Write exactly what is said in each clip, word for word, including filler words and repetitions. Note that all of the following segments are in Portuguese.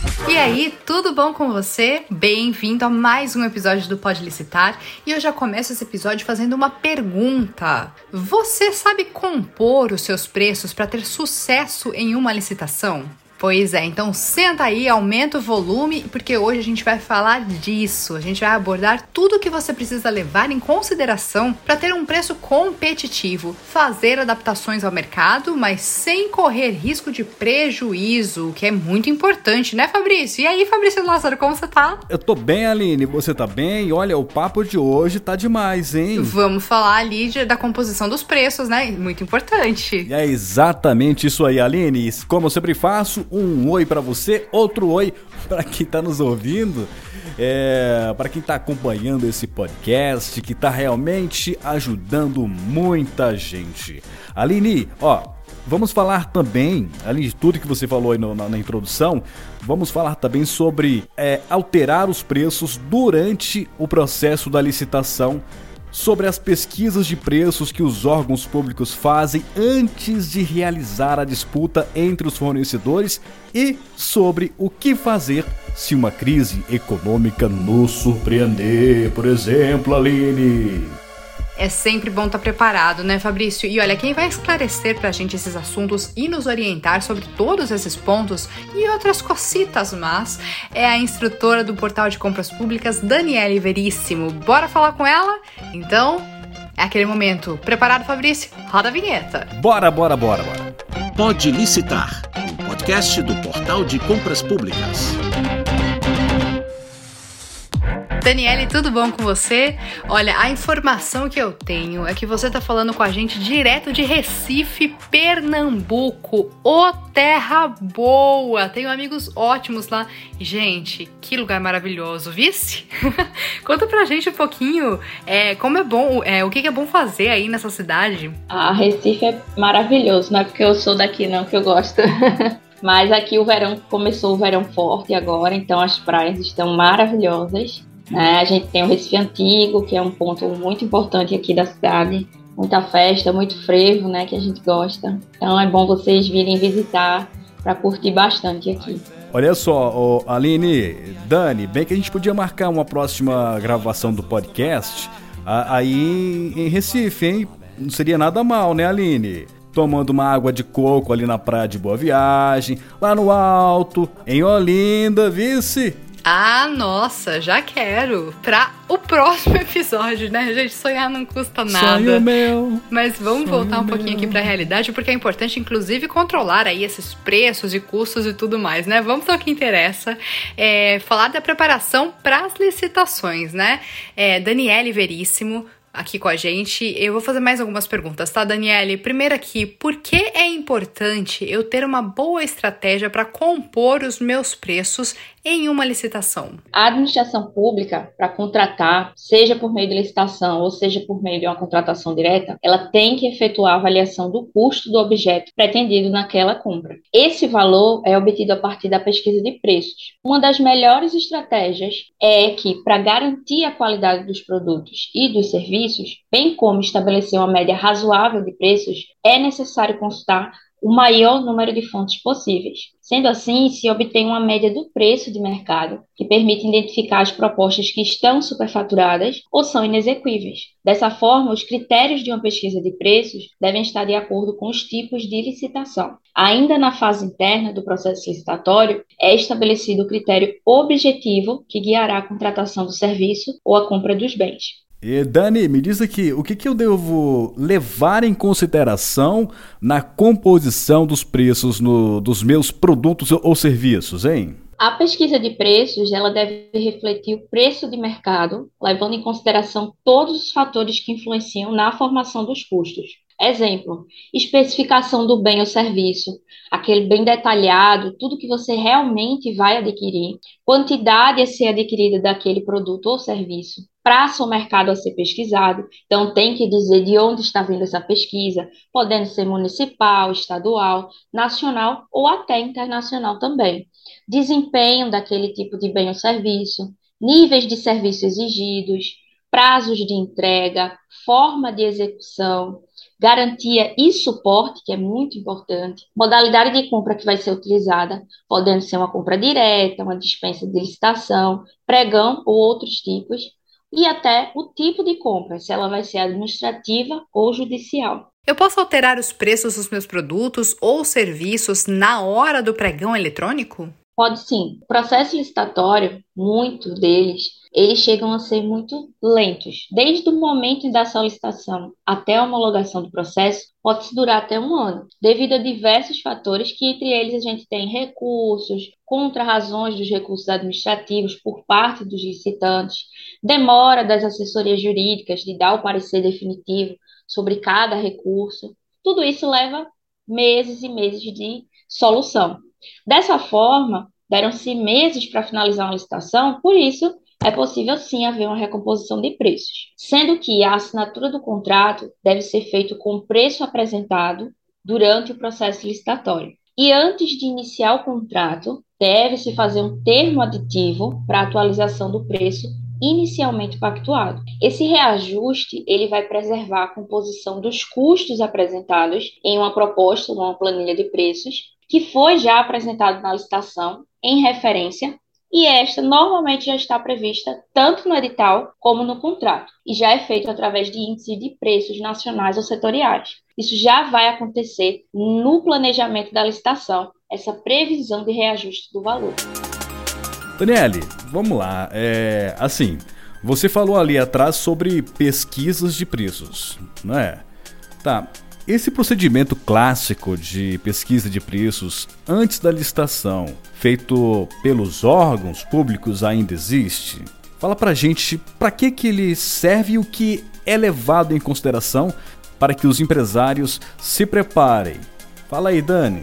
E aí, tudo bom com você? Bem-vindo a mais um episódio do Pode Licitar. E eu já começo esse episódio fazendo uma pergunta. Você sabe compor os seus preços para ter sucesso em uma licitação? Pois é, então senta aí, aumenta o volume, porque hoje a gente vai falar disso. A gente vai abordar tudo o que você precisa levar em consideração para ter um preço competitivo, fazer adaptações ao mercado, mas sem correr risco de prejuízo, que é muito importante, né, Fabrício? E aí, Fabrício Lázaro, como você tá? Eu tô bem, Aline, você tá bem? Olha, o papo de hoje tá demais, hein? Vamos falar ali de, da composição dos preços, né? Muito importante. É exatamente isso aí, Aline. Como eu sempre faço, um oi pra você, outro oi pra quem tá nos ouvindo, é, para quem tá acompanhando esse podcast, que tá realmente ajudando muita gente. Aline, ó, vamos falar também, além de tudo que você falou aí no, na, na introdução, vamos falar também sobre é, alterar os preços durante o processo da licitação, sobre as pesquisas de preços que os órgãos públicos fazem antes de realizar a disputa entre os fornecedores e sobre o que fazer se uma crise econômica nos surpreender, por exemplo, Aline. É sempre bom estar preparado, né, Fabrício? E olha, quem vai esclarecer pra gente esses assuntos e nos orientar sobre todos esses pontos e outras cocitas más é a instrutora do Portal de Compras Públicas, Daniele Veríssimo. Bora falar com ela? Então, é aquele momento. Preparado, Fabrício? Roda a vinheta. Bora, bora, bora, bora. Pode Licitar, um podcast do Portal de Compras Públicas. Daniele, tudo bom com você? Olha, a informação que eu tenho é que você tá falando com a gente direto de Recife, Pernambuco. Ô, terra boa! Tenho amigos ótimos lá. E, gente, que lugar maravilhoso, vice? Conta pra gente um pouquinho é, como é bom, é, o que é bom fazer aí nessa cidade. Ah, Recife é maravilhoso, não é porque eu sou daqui não que eu gosto. Mas aqui o verão, começou o verão forte agora, então as praias estão maravilhosas. É, a gente tem o Recife Antigo, que é um ponto muito importante aqui da cidade. Muita festa, muito frevo, né, que a gente gosta. Então é bom vocês virem visitar para curtir bastante aqui. Olha só, oh, Aline, Dani, bem que a gente podia marcar uma próxima gravação do podcast aí em Recife, hein? Não seria nada mal, né, Aline? Tomando uma água de coco ali na praia de Boa Viagem, lá no alto, em Olinda, vice? Ah, nossa, já quero. Pra o próximo episódio, né? Gente, sonhar não custa nada. Sonho meu. Mas vamos Sonho voltar um meu. pouquinho aqui pra realidade, porque é importante, inclusive, controlar aí esses preços e custos e tudo mais, né? Vamos ao que interessa. É, falar da preparação pras licitações, né? É, Daniele Veríssimo aqui com a gente. Eu vou fazer mais algumas perguntas, tá, Daniele? Primeiro aqui, por que é importante eu ter uma boa estratégia para compor os meus preços em uma licitação? A administração pública, para contratar, seja por meio de licitação ou seja por meio de uma contratação direta, ela tem que efetuar a avaliação do custo do objeto pretendido naquela compra. Esse valor é obtido a partir da pesquisa de preços. Uma das melhores estratégias é que, para garantir a qualidade dos produtos e dos serviços, bem como estabelecer uma média razoável de preços, é necessário consultar o maior número de fontes possíveis. Sendo assim, se obtém uma média do preço de mercado, que permite identificar as propostas que estão superfaturadas ou são inexequíveis. Dessa forma, os critérios de uma pesquisa de preços devem estar de acordo com os tipos de licitação. Ainda na fase interna do processo licitatório, é estabelecido o critério objetivo que guiará a contratação do serviço ou a compra dos bens. E Dani, me diz aqui, o que, que eu devo levar em consideração na composição dos preços no, dos meus produtos ou serviços, hein? A pesquisa de preços, ela deve refletir o preço de mercado, levando em consideração todos os fatores que influenciam na formação dos custos. Exemplo, especificação do bem ou serviço, aquele bem detalhado, tudo que você realmente vai adquirir, quantidade a ser adquirida daquele produto ou serviço, prazo ou mercado a ser pesquisado, então tem que dizer de onde está vindo essa pesquisa, podendo ser municipal, estadual, nacional ou até internacional também. Desempenho daquele tipo de bem ou serviço, níveis de serviço exigidos, prazos de entrega, forma de execução, garantia e suporte, que é muito importante, modalidade de compra que vai ser utilizada, podendo ser uma compra direta, uma dispensa de licitação, pregão ou outros tipos, e até o tipo de compra, se ela vai ser administrativa ou judicial. Eu posso alterar os preços dos meus produtos ou serviços na hora do pregão eletrônico? Pode sim. O processo licitatório, muitos deles, eles chegam a ser muito lentos. Desde o momento da solicitação até a homologação do processo, pode durar até um ano, devido a diversos fatores que, entre eles, a gente tem recursos, contra-razões dos recursos administrativos por parte dos licitantes, demora das assessorias jurídicas de dar o parecer definitivo sobre cada recurso. Tudo isso leva meses e meses de solução. Dessa forma, deram-se meses para finalizar uma licitação, por isso é possível sim haver uma recomposição de preços, sendo que a assinatura do contrato deve ser feita com o preço apresentado durante o processo licitatório. E antes de iniciar o contrato, deve-se fazer um termo aditivo para atualização do preço inicialmente pactuado. Esse reajuste ele vai preservar a composição dos custos apresentados em uma proposta, numa planilha de preços, que foi já apresentado na licitação em referência, e esta normalmente já está prevista tanto no edital como no contrato, e já é feito através de índices de preços nacionais ou setoriais. Isso já vai acontecer no planejamento da licitação, essa previsão de reajuste do valor. Daniele, vamos lá. É, assim, você falou ali atrás sobre pesquisas de preços, não é? Tá. Esse procedimento clássico de pesquisa de preços antes da licitação, feito pelos órgãos públicos, ainda existe? Fala pra gente para que, que ele serve e o que é levado em consideração para que os empresários se preparem. Fala aí, Dani.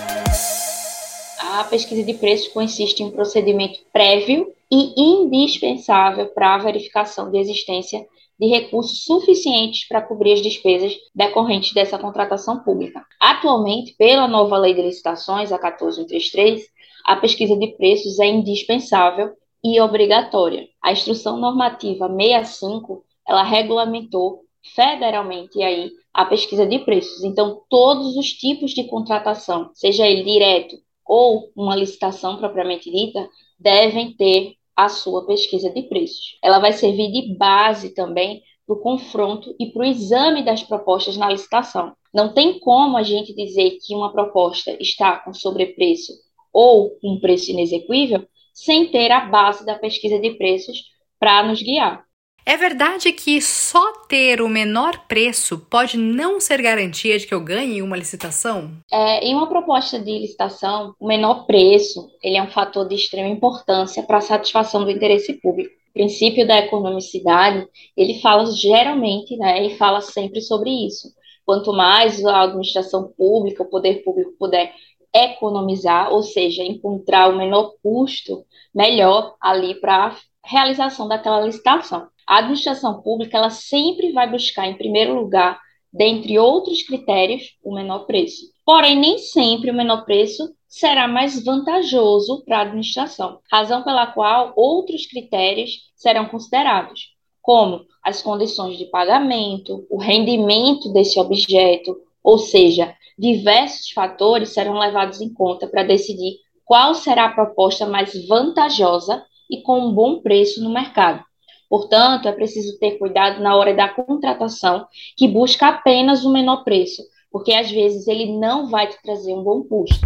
A pesquisa de preços consiste em um procedimento prévio e indispensável para a verificação de existência de recursos suficientes para cobrir as despesas decorrentes dessa contratação pública. Atualmente, pela nova Lei de Licitações, a quatorze mil cento e trinta e três, a pesquisa de preços é indispensável e obrigatória. A Instrução Normativa sessenta e cinco, ela regulamentou federalmente aí a pesquisa de preços. Então, todos os tipos de contratação, seja ele direto ou uma licitação propriamente dita, devem ter a sua pesquisa de preços. Ela vai servir de base também para o confronto e para o exame das propostas na licitação. Não tem como a gente dizer que uma proposta está com sobrepreço ou um preço inexequível sem ter a base da pesquisa de preços para nos guiar. É verdade que só ter o menor preço pode não ser garantia de que eu ganhe uma licitação? É, em uma proposta de licitação, o menor preço ele é um fator de extrema importância para a satisfação do interesse público. O princípio da economicidade, ele fala geralmente, né, e fala sempre sobre isso. Quanto mais a administração pública, o poder público puder economizar, ou seja, encontrar o menor custo, melhor ali para a realização daquela licitação. A administração pública ela sempre vai buscar, em primeiro lugar, dentre outros critérios, o menor preço. Porém, nem sempre o menor preço será mais vantajoso para a administração, razão pela qual outros critérios serão considerados, como as condições de pagamento, o rendimento desse objeto, ou seja, diversos fatores serão levados em conta para decidir qual será a proposta mais vantajosa e com um bom preço no mercado. Portanto, é preciso ter cuidado na hora da contratação, que busca apenas o menor preço, porque às vezes ele não vai te trazer um bom custo.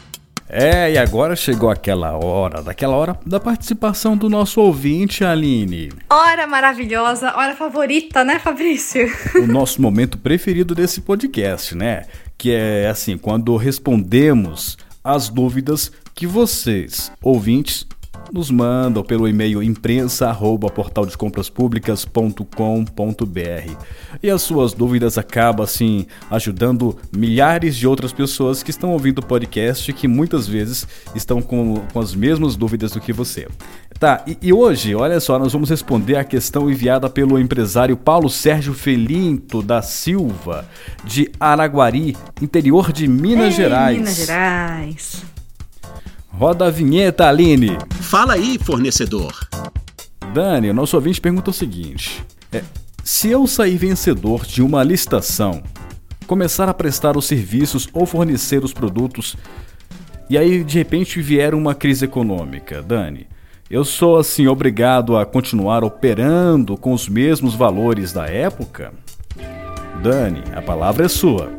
É, e agora chegou aquela hora, daquela hora da participação do nosso ouvinte, Aline. Hora maravilhosa, hora favorita, né, Fabrício? O nosso momento preferido desse podcast, né? Que é assim, quando respondemos as dúvidas que vocês, ouvintes, nos mandam pelo e-mail imprensa arroba portal de compras públicas ponto com ponto br. E as suas dúvidas acabam, assim, ajudando milhares de outras pessoas que estão ouvindo o podcast e que muitas vezes estão com, com as mesmas dúvidas do que você. Tá, e, e hoje, olha só, nós vamos responder a questão enviada pelo empresário Paulo Sérgio Felinto da Silva, de Araguari, interior de Minas Ei, Gerais. Minas Gerais. Roda a vinheta, Aline. Fala aí, fornecedor. Dani, o nosso ouvinte pergunta o seguinte. É, se eu sair vencedor de uma licitação, começar a prestar os serviços ou fornecer os produtos e aí de repente vier uma crise econômica, Dani, eu sou assim obrigado a continuar operando com os mesmos valores da época? Dani, a palavra é sua.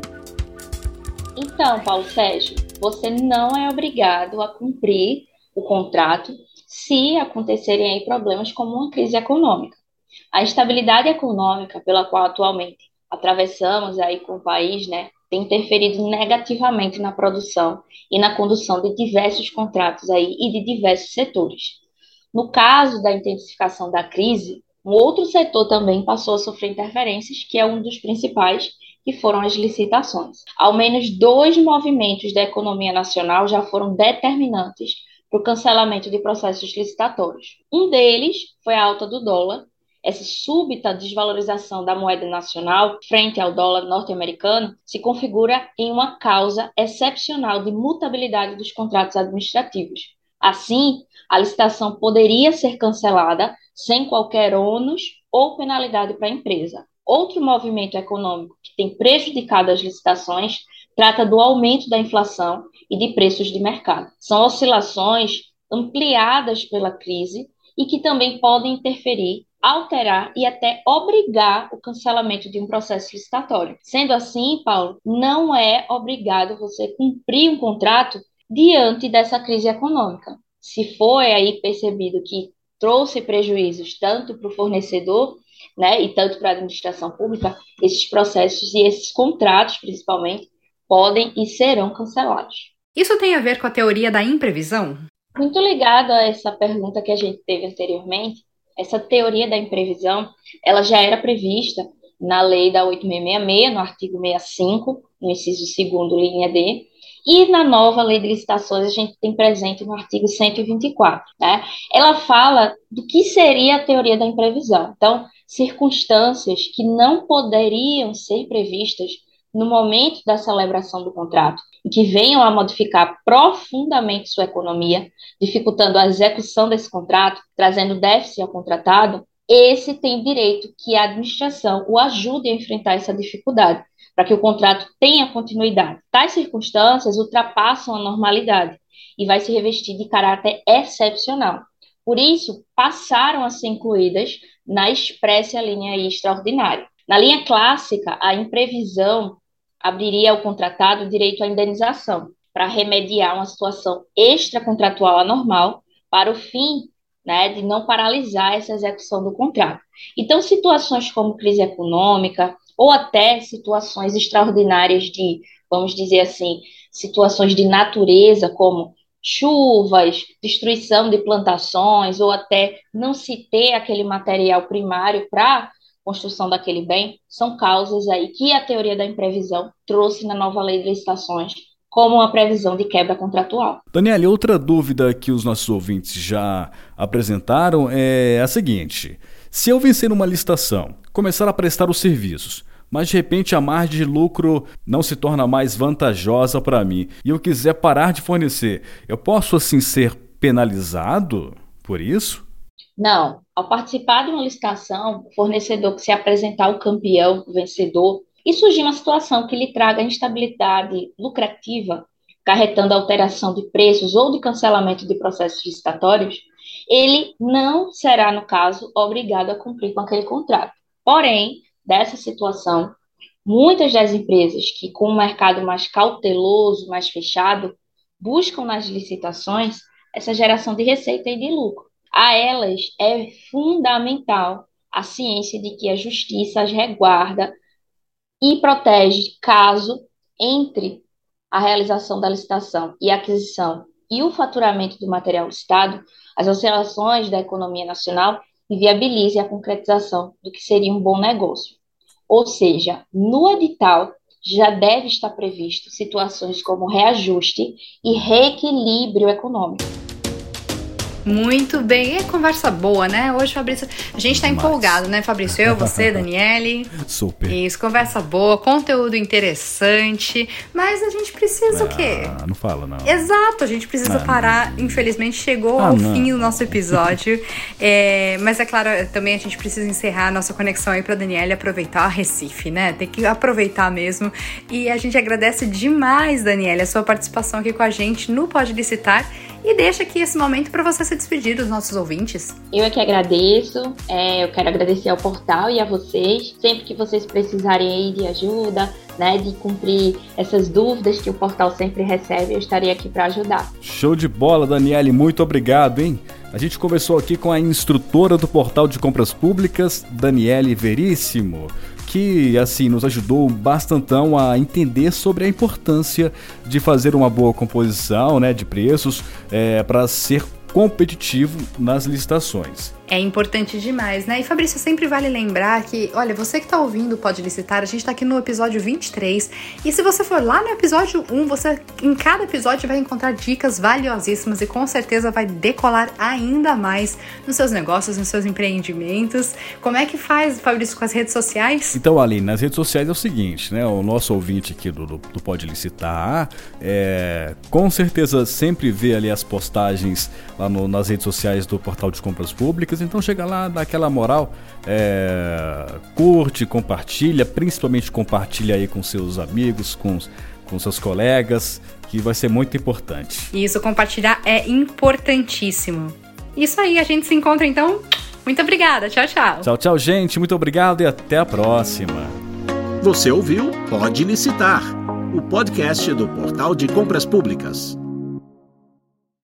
Então, Paulo Sérgio, você não é obrigado a cumprir o contrato se acontecerem aí problemas como uma crise econômica. A instabilidade econômica pela qual atualmente atravessamos aí com o país, né, tem interferido negativamente na produção e na condução de diversos contratos aí e de diversos setores. No caso da intensificação da crise, um outro setor também passou a sofrer interferências, que é um dos principais, que foram as licitações. Ao menos dois movimentos da economia nacional já foram determinantes para o cancelamento de processos licitatórios. Um deles foi a alta do dólar. Essa súbita desvalorização da moeda nacional frente ao dólar norte-americano se configura em uma causa excepcional de mutabilidade dos contratos administrativos. Assim, a licitação poderia ser cancelada sem qualquer ônus ou penalidade para a empresa. Outro movimento econômico que tem prejudicado as licitações trata do aumento da inflação e de preços de mercado. São oscilações ampliadas pela crise e que também podem interferir, alterar e até obrigar o cancelamento de um processo licitatório. Sendo assim, Paulo, não é obrigado você cumprir um contrato diante dessa crise econômica. Se for aí percebido que trouxe prejuízos tanto para o fornecedor, né, e tanto para a administração pública, esses processos e esses contratos, principalmente, podem e serão cancelados. Isso tem a ver com a teoria da imprevisão? Muito ligado a essa pergunta que a gente teve anteriormente, essa teoria da imprevisão, ela já era prevista na lei da oito mil seiscentos e sessenta e seis, no artigo sessenta e cinco, no inciso segundo, linha D, e na nova lei de licitações a gente tem presente no artigo cento e vinte e quatro. Né? Ela fala do que seria a teoria da imprevisão. Então, circunstâncias que não poderiam ser previstas no momento da celebração do contrato e que venham a modificar profundamente sua economia, dificultando a execução desse contrato, trazendo déficit ao contratado, esse tem direito que a administração o ajude a enfrentar essa dificuldade, para que o contrato tenha continuidade. Tais circunstâncias ultrapassam a normalidade e vai se revestir de caráter excepcional. Por isso, passaram a ser incluídas na expressa linha extraordinária. Na linha clássica, a imprevisão abriria ao contratado o direito à indenização, para remediar uma situação extracontratual anormal, para o fim, né, de não paralisar essa execução do contrato. Então, situações como crise econômica, ou até situações extraordinárias de, vamos dizer assim, situações de natureza, como chuvas, destruição de plantações, ou até não se ter aquele material primário para construção daquele bem, são causas aí que a teoria da imprevisão trouxe na nova lei de licitações como uma previsão de quebra contratual. Daniele, outra dúvida que os nossos ouvintes já apresentaram é a seguinte: se eu vencer uma licitação, começar a prestar os serviços, mas de repente a margem de lucro não se torna mais vantajosa para mim e eu quiser parar de fornecer, eu posso assim ser penalizado por isso? Não. Ao participar de uma licitação, o fornecedor que se apresentar o campeão, o vencedor, e surgir uma situação que lhe traga instabilidade lucrativa, acarretando alteração de preços ou de cancelamento de processos licitatórios, ele não será, no caso, obrigado a cumprir com aquele contrato. Porém, dessa situação, muitas das empresas que, com um mercado mais cauteloso, mais fechado, buscam nas licitações essa geração de receita e de lucro. A elas é fundamental a ciência de que a justiça as resguarda e protege caso, entre a realização da licitação e a aquisição e o faturamento do material licitado, as oscilações da economia nacional inviabilize a concretização do que seria um bom negócio. Ou seja, no edital já deve estar previsto situações como reajuste e reequilíbrio econômico. Muito bem, é conversa boa, né? Hoje, Fabrício, a gente tá Demais. empolgado, né, Fabrício? Eu, você, Daniele. Super. Isso, conversa boa, conteúdo interessante, mas a gente precisa ah, o quê? Não fala, não. Exato, a gente precisa ah, parar. Não. Infelizmente, chegou ah, ao não. fim do nosso episódio. é, mas é claro, também a gente precisa encerrar a nossa conexão aí pra Daniele aproveitar a Recife, né? Tem que aproveitar mesmo. E a gente agradece demais, Daniele, a sua participação aqui com a gente no Pode Licitar. E deixa aqui esse momento para você se despedir dos nossos ouvintes. Eu é que agradeço, é, eu quero agradecer ao portal e a vocês. Sempre que vocês precisarem aí de ajuda, né, de cumprir essas dúvidas que o portal sempre recebe, eu estarei aqui para ajudar. Show de bola, Daniele, muito obrigado, hein? A gente conversou aqui com a instrutora do Portal de Compras Públicas, Daniele Veríssimo, que assim nos ajudou bastantão a entender sobre a importância de fazer uma boa composição, né, de preços é, para ser competitivo nas licitações. É importante demais, né? E Fabrício, sempre vale lembrar que, olha, você que tá ouvindo o Pode Licitar, a gente tá aqui no episódio vinte e três, e se você for lá no episódio um, você em cada episódio vai encontrar dicas valiosíssimas e com certeza vai decolar ainda mais nos seus negócios, nos seus empreendimentos. Como é que faz, Fabrício, com as redes sociais? Então, Aline, nas redes sociais é o seguinte, né? O nosso ouvinte aqui do, do, do Pode Licitar, é, com certeza sempre vê ali as postagens lá no, nas redes sociais do Portal de Compras Públicas. Então chega lá, dá aquela moral, é, curte, compartilha, principalmente compartilha aí com seus amigos, com, com seus colegas, que vai ser muito importante. Isso, compartilhar é importantíssimo. Isso aí, a gente se encontra então. Muito obrigada, tchau, tchau. Tchau, tchau, gente, muito obrigado e até a próxima. Você ouviu Pode Licitar, o podcast do Portal de Compras Públicas.